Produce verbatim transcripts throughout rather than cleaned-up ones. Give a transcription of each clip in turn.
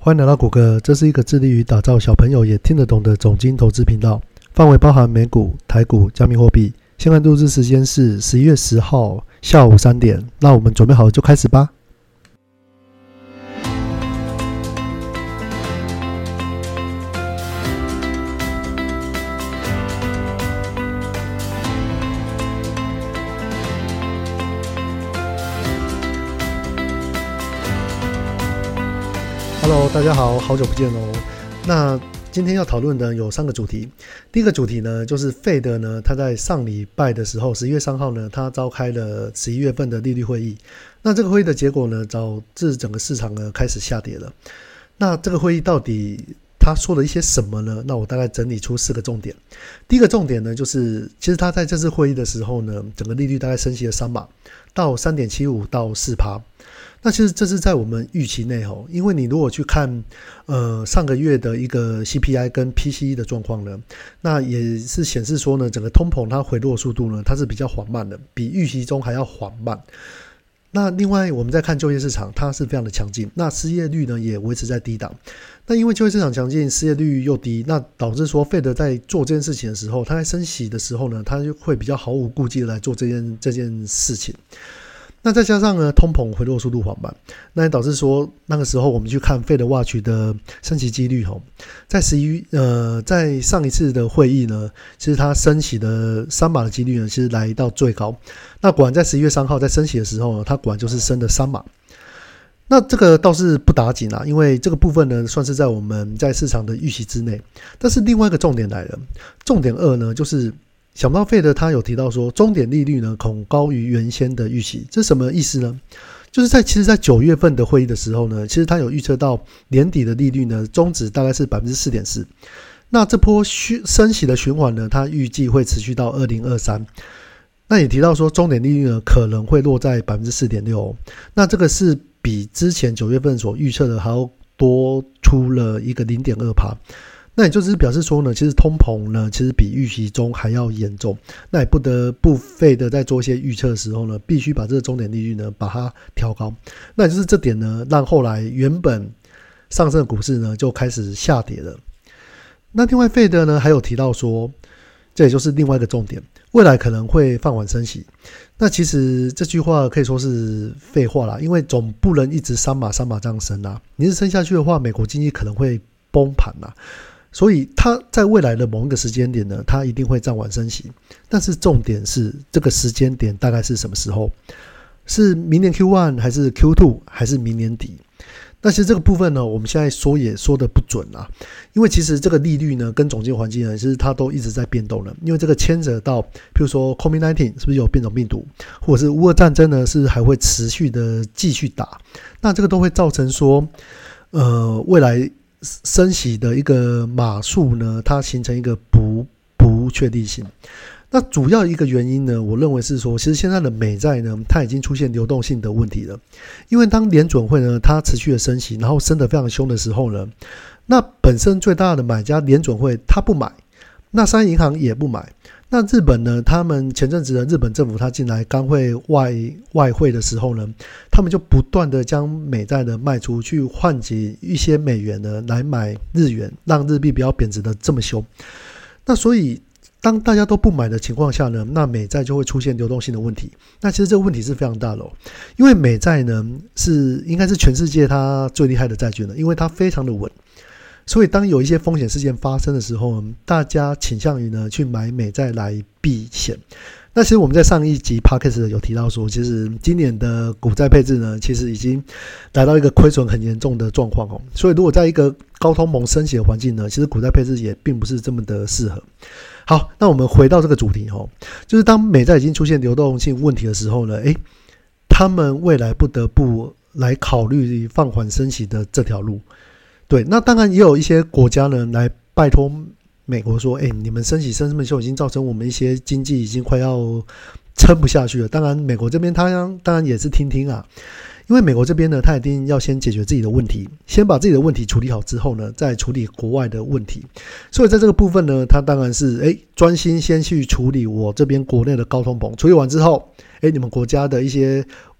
欢迎来到谷歌，这是一个致力于打造小朋友也听得懂的总经投资频道，范围包含美股、台股、加密货币。现在录制时间是十一月十号下午三点，那我们准备好了就开始吧。Hello， 大家好，好久不见哦。那今天要讨论的有三个主题。第一个主题呢，就是 Fed 呢，它在上礼拜的时候，十一月三号呢，它召开了十一月份的利率会议。那这个会议的结果呢，导致整个市场呢开始下跌了。那这个会议到底他说了一些什么呢？那我大概整理出四个重点。第一个重点呢，就是其实他在这次会议的时候呢，整个利率大概升息了三码，到 三点七五 到 百分之四。那其实这是在我们预期内，因为你如果去看呃上个月的一个 C P I 跟 P C E 的状况呢，那也是显示说呢，整个通膨它回落速度呢，它是比较缓慢的，比预期中还要缓慢。那另外我们再看就业市场，它是非常的强劲，那失业率呢也维持在低档。那因为就业市场强劲，失业率又低，那导致说 Fed 在做这件事情的时候，它在升息的时候呢，它就会比较毫无顾忌的来做这件这件事情。那再加上呢，通膨回落速度缓慢，那也导致说那个时候我们去看 Fed Watch 的升息几率，在十一呃在上一次的会议呢，其实它升息的三码的几率呢，其实来到最高。那果然在十一月三号在升息的时候呢，它果然就是升了三码。那这个倒是不打紧啦，因为这个部分呢，算是在我们在市场的预期之内。但是另外一个重点来了，重点二呢，就是想不到 Fed 他有提到说，终点利率呢恐高于原先的预期，这是什么意思呢？就是在其实，在九月份的会议的时候呢，其实他有预测到年底的利率呢，终值大概是 百分之四点四。那这波升息的循环呢，它预计会持续到二零二三。那也提到说，终点利率呢可能会落在 百分之四点六。那这个是比之前九月份所预测的还要多出了一个 零点二%。那也就是表示说呢，其实通膨呢，其实比预期中还要严重。那也不得不Fed在做一些预测的时候呢，必须把这个终点利率呢把它调高。那也就是这点呢，让后来原本上升的股市呢就开始下跌了。那另外Fed呢还有提到说，这也就是另外一个重点，未来可能会放缓升息。那其实这句话可以说是废话啦，因为总不能一直三码三码这样升啊。你是升下去的话，美国经济可能会崩盘啦。所以它在未来的某一个时间点呢，它一定会暂缓升息。但是重点是这个时间点大概是什么时候？是明年 Q 一 还是 Q 二 还是明年底？那其实这个部分呢，我们现在说也说的不准啊，因为其实这个利率呢跟总经环境呢，其实它都一直在变动了。因为这个牵扯到，譬如说 COVID 十九 是不是有变种病毒，或者是乌俄战争呢是还会持续的继续打，那这个都会造成说，呃，未来升息的一个码数呢，它形成一个不不确定性。那主要一个原因呢，我认为是说，其实现在的美债呢，它已经出现流动性的问题了。因为当联准会呢，它持续的升息，然后升得非常凶的时候呢，那本身最大的买家联准会它不买，那商业银行也不买。那日本呢，他们前阵子的日本政府他进来干汇外外汇的时候呢，他们就不断的将美债呢卖出去，换取一些美元呢来买日元，让日币不要贬值的这么凶。那所以当大家都不买的情况下呢，那美债就会出现流动性的问题。那其实这个问题是非常大的，因为美债呢是应该是全世界它最厉害的债券了，因为它非常的稳。所以当有一些风险事件发生的时候，大家倾向于呢去买美债来避险。那其实我们在上一集 Podcast 有提到说，其实今年的股债配置呢，其实已经来到一个亏损很严重的状况哦。所以如果在一个高通膨升息的环境呢，其实股债配置也并不是这么的适合。好，那我们回到这个主题哦，就是当美债已经出现流动性问题的时候呢，诶，他们未来不得不来考虑放缓升息的这条路。对，那当然也有一些国家呢来拜托美国说，哎，你们升息升这么凶，已经造成我们一些经济已经快要撑不下去了。当然，美国这边他当然也是听听啊，因为美国这边呢，他一定要先解决自己的问题，先把自己的问题处理好之后呢，再处理国外的问题。所以在这个部分呢，他当然是哎专心先去处理我这边国内的高通膨，处理完之后，哎，你们国家的一些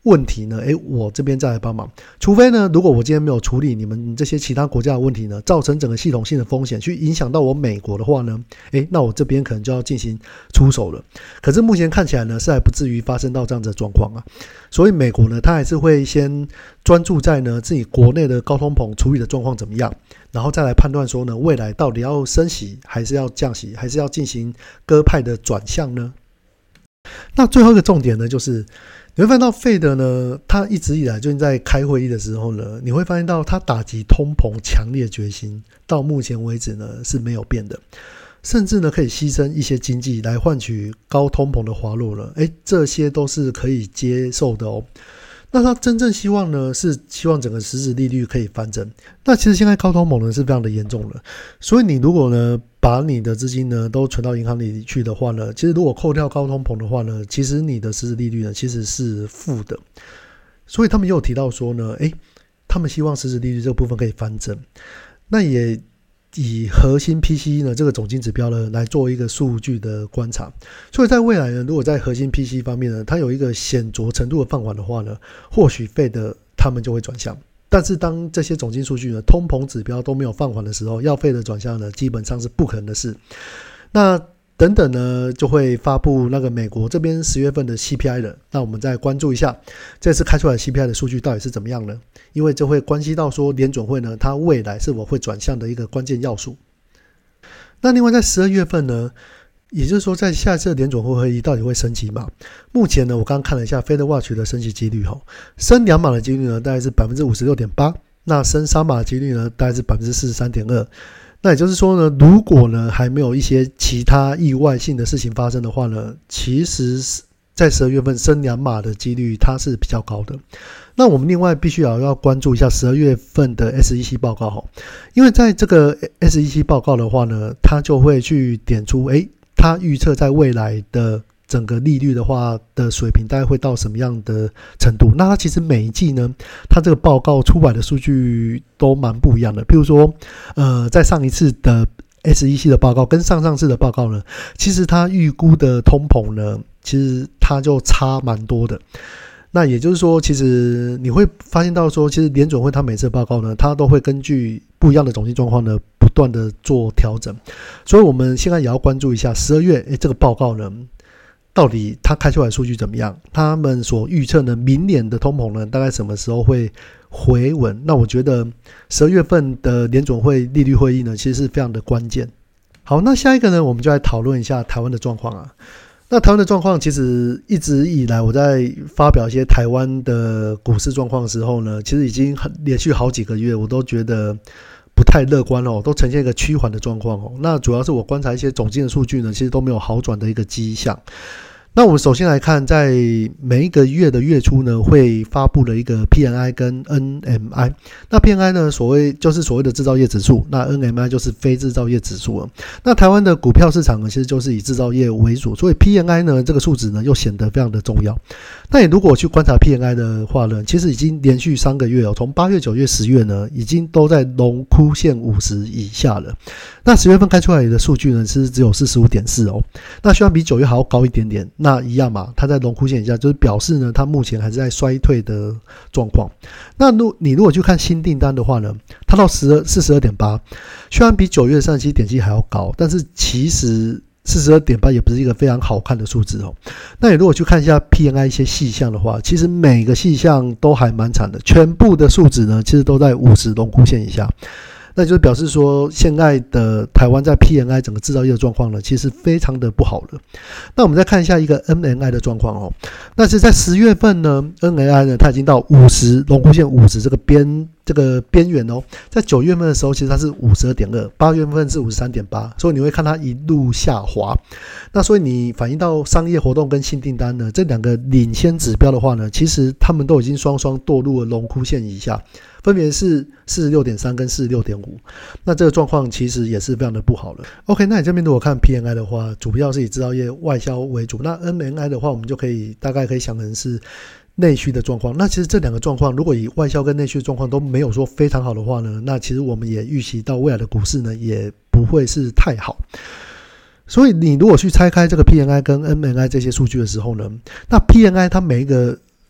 问题呢，诶，我这边再来帮忙。除非呢，如果我今天没有处理你们这些其他国家的问题呢，造成整个系统性的风险，去影响到我美国的话呢，诶，那我这边可能就要进行出手了。可是目前看起来呢，是还不至于发生到这样子的状况啊。所以美国呢，它还是会先专注在呢自己国内的高通膨处理的状况怎么样，然后再来判断说呢，未来到底要升息还是要降息，还是要进行鸽派的转向呢？那最后一个重点呢，就是你会发现到 Fed 呢，它一直以来就是在开会议的时候呢，你会发现到它打击通膨强烈决心，到目前为止呢是没有变的，甚至呢可以牺牲一些经济来换取高通膨的滑落了，诶，这些都是可以接受的哦。那他真正希望呢，是希望整个实质利率可以翻正。那其实现在高通膨呢是非常的严重的，所以你如果呢把你的资金呢都存到银行里去的话呢，其实如果扣掉高通膨的话呢，其实你的实质利率呢其实是负的。所以他们又有提到说呢，诶，他们希望实质利率这个部分可以翻正。那也以核心 P C E 呢这个总经指标呢来做一个数据的观察，所以在未来呢，如果在核心 P C E 方面呢，它有一个显著程度的放缓的话呢，或许 Fed 他们就会转向。但是当这些总经数据呢，通膨指标都没有放缓的时候，要 Fed 转向呢，基本上是不可能的事。那等等呢，就会发布那个美国这边十月份的 C P I 了。那我们再关注一下这次开出来的 C P I 的数据到底是怎么样呢？因为这会关系到说联准会呢，它未来是否会转向的一个关键要素。那另外在十二月份呢，也就是说在下一次的联准会会议到底会升息吗？目前呢，我刚刚看了一下 Fed Watch 的升息几率，升两码的几率呢大概是 百分之五十六点八， 那升三码的几率呢大概是 百分之四十三点二。那也就是说呢，如果呢还没有一些其他意外性的事情发生的话呢，其实在十二月份升两码的几率它是比较高的。那我们另外必须要要关注一下十二月份的 S E C 报告，因为在这个 S E C 报告的话呢，它就会去点出，诶，它预测在未来的整个利率的话的水平大概会到什么样的程度。那它其实每一季呢，它这个报告出来的数据都蛮不一样的。譬如说呃，在上一次的 S E C 的报告跟上上次的报告呢，其实它预估的通膨呢，其实它就差蛮多的。那也就是说，其实你会发现到说，其实联准会它每次的报告呢，它都会根据不一样的总经状况呢，不断的做调整。所以我们现在也要关注一下十二月诶这个报告呢，到底它开出来的数据怎么样？他们所预测呢，明年的通膨呢，大概什么时候会回稳？那我觉得十二月份的联准会利率会议呢，其实是非常的关键。好，那下一个呢，我们就来讨论一下台湾的状况啊。那台湾的状况，其实一直以来我在发表一些台湾的股市状况的时候呢，其实已经连续好几个月，我都觉得不太乐观哦，都呈现一个趋缓的状况哦。那主要是我观察一些总经的数据呢，其实都没有好转的一个迹象。那我们首先来看，在每一个月的月初呢，会发布了一个 P M I 跟 N M I。那 P M I 呢，所谓就是所谓的制造业指数，那 N M I 就是非制造业指数了。那台湾的股票市场呢，其实就是以制造业为主，所以 P M I 呢这个数值呢又显得非常的重要。那你如果去观察 P M I 的话呢，其实已经连续三个月哦，从八月、九月、十月呢，已经都在荣枯线五十以下了。那十月份开出来的数据呢，是只有 四十五点四 哦，那虽然比九月还要高一点点。那一样嘛，它在荣枯线以下，就是表示呢，它目前还是在衰退的状况。那你如果去看新订单的话呢，它到 四十二点八， 虽然比九月三十七点七还要高，但是其实 四十二点八 也不是一个非常好看的数字哦。那你如果去看一下 P M I 一些细项的话，其实每个细项都还蛮惨的，全部的数值呢，其实都在五十荣枯线以下。那就是表示说，现在的台湾在 P M I 整个制造业的状况呢，其实非常的不好了。那我们再看一下一个 N M I 的状况哦。那是在十月份呢 ，N M I 呢，它已经到五十荣枯线五十这个边这个边缘哦。在九月份的时候，其实它是 五十二点二， 八月份是 五十三点八， 所以你会看它一路下滑。那所以你反映到商业活动跟新订单呢，这两个领先指标的话呢，其实他们都已经双双堕入了荣枯线以下。分别是 四十六点三 跟 四十六点五， 那这个状况其实也是非常的不好了。OK， 那你这边如果看 P M I 的话，主要是以制造业外销为主，那 N M I 的话，我们就可以大概可以想成是内需的状况。那其实这两个状况，如果以外销跟内需的状况都没有说非常好的话呢，那其实我们也预期到未来的股市呢，也不会是太好。所以你如果去拆开这个 P M I 跟 N M I 这些数据的时候呢，那 P M I 它每一个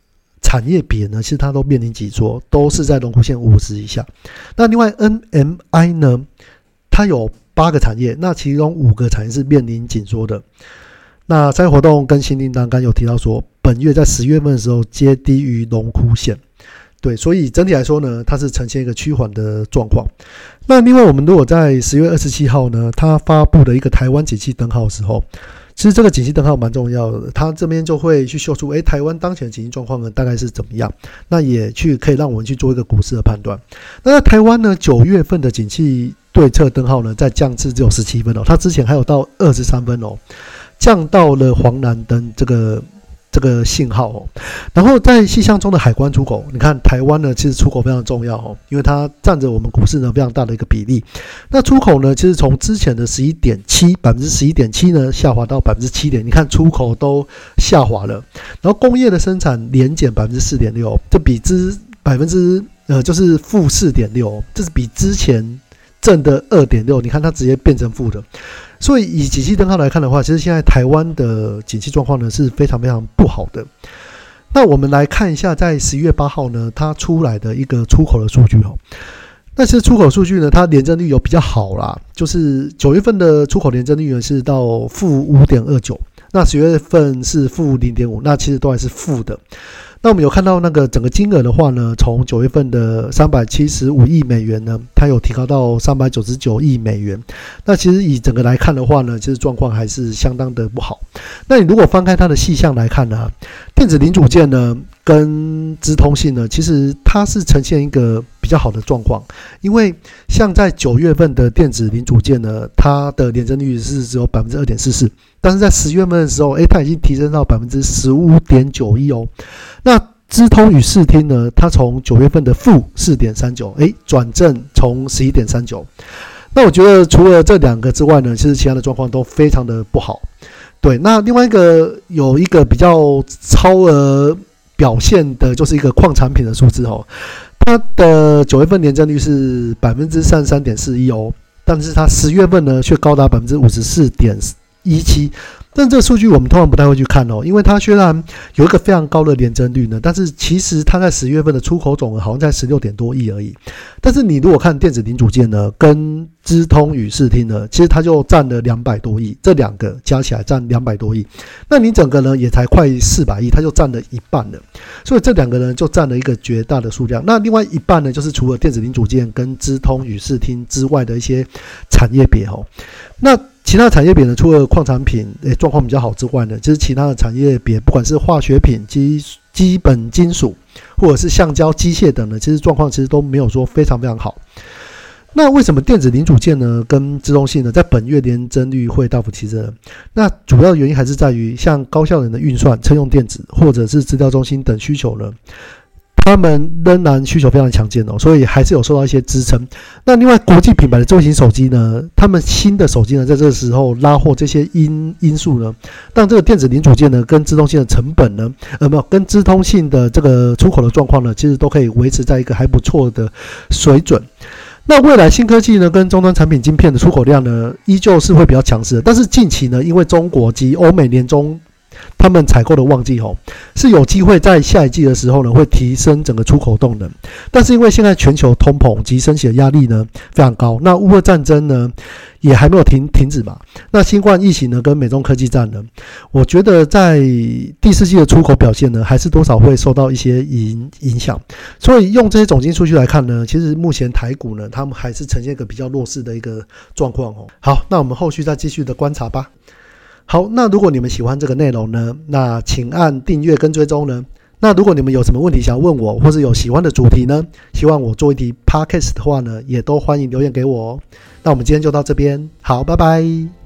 产业别呢，其实它都面临紧缩，都是在荣枯线五十以下。那另外 N M I 呢，它有八个产业，那其中五个产业是面临紧缩的。那商业活动跟新订单刚有提到说，本月在十月份的时候皆低于荣枯线。对，所以整体来说呢，它是呈现一个趋缓的状况。那另外，我们如果在十月二十七号呢，它发布的一个台湾景气灯号的时候，其实这个景气灯号蛮重要的，它这边就会去秀出，哎，台湾当前的景气状况呢大概是怎么样？那也去可以让我们去做一个股市的判断。那在台湾呢，九月份的景气对策灯号呢，在降至只有十七分哦，它之前还有到二十三分哦，降到了黄蓝灯这个。这个信号哦，然后在细项中的海关出口，你看台湾呢，其实出口非常重要哦，因为它占着我们股市呢非常大的一个比例。那出口呢，其实从之前的十一点七百分之十一点七呢，下滑到百分之七点，你看出口都下滑了。然后工业的生产年减百分之四点六，这比之百分之呃就是负四点六，这是比之前正的二点六，你看它直接变成负的。所以以景气灯号来看的话，其实现在台湾的景气状况呢是非常非常不好的。那我们来看一下，在十一月八号呢，它出来的一个出口的数据哦。那其实出口数据呢，它年增率有比较好啦，就是九月份的出口年增率呢是到负五点二九，那十月份是负零点五，那其实都还是负的。那我们有看到那个整个金额的话呢，从九月份的三百七十五亿美元呢，它有提高到三百九十九亿美元。那其实以整个来看的话呢，其实状况还是相当的不好。那你如果翻开它的细项来看呢，电子零组件呢跟资通信呢，其实它是呈现一个比较好的状况，因为像在九月份的电子零组件呢，它的年增率是只有 百分之二点四四， 但是在十月份的时候，诶，它已经提升到 百分之十五点九一 哦。那资通与视听呢，它从九月份的负 四点三九， 诶，转正从 十一点三九。那我觉得除了这两个之外呢，其实其他的状况都非常的不好。对，那另外一个有一个比较超额表现的就是一个矿产品的数字哦，它的九月份年增率是 百分之三十三点四一 哦，但是它十月份呢却高达 百分之五十四点一七。但这个数据我们通常不太会去看哦，因为它虽然有一个非常高的年增率呢，但是其实它在十月份的出口总额好像在十六点多亿而已。但是你如果看电子零组件呢，跟资通与视听呢，其实它就占了两百多亿，这两个加起来占两百多亿。那你整个呢也才快四百亿，它就占了一半了。所以这两个呢就占了一个绝大的数量。那另外一半呢，就是除了电子零组件跟资通与视听之外的一些产业别哦。那其他产业别呢，除了矿产品诶状况比较好之外呢，其实其他的产业别，不管是化学品、基基本金属，或者是橡胶、机械等呢，其实状况其实都没有说非常非常好。那为什么电子零组件呢跟资通信呢，在本月年增率会大幅提升？那主要原因还是在于像高效能的运算、车用电子或者是资料中心等需求呢，他们仍然需求非常强健哦，所以还是有受到一些支撑。那另外，国际品牌的智慧型手机呢，他们新的手机呢，在这个时候拉货这些因因素呢，让这个电子零组件呢，跟资通信的成本呢，呃，没有跟资通信的这个出口的状况呢，其实都可以维持在一个还不错的水准。那未来新科技呢，跟终端产品晶片的出口量呢，依旧是会比较强势的。但是近期呢，因为中国及欧美年中他们采购的旺季吼，是有机会在下一季的时候呢，会提升整个出口动能。但是因为现在全球通膨及升息的压力呢非常高，那乌俄战争呢也还没有停停止嘛，那新冠疫情呢跟美中科技战呢，我觉得在第四季的出口表现呢，还是多少会受到一些影影响。所以用这些总经数据来看呢，其实目前台股呢，他们还是呈现一个比较弱势的一个状况哦。好，那我们后续再继续的观察吧。好，那如果你们喜欢这个内容呢，那请按订阅跟追踪呢。那如果你们有什么问题想要问我，或是有喜欢的主题呢，希望我做一题 podcast 的话呢，也都欢迎留言给我哦。那我们今天就到这边，好，拜拜。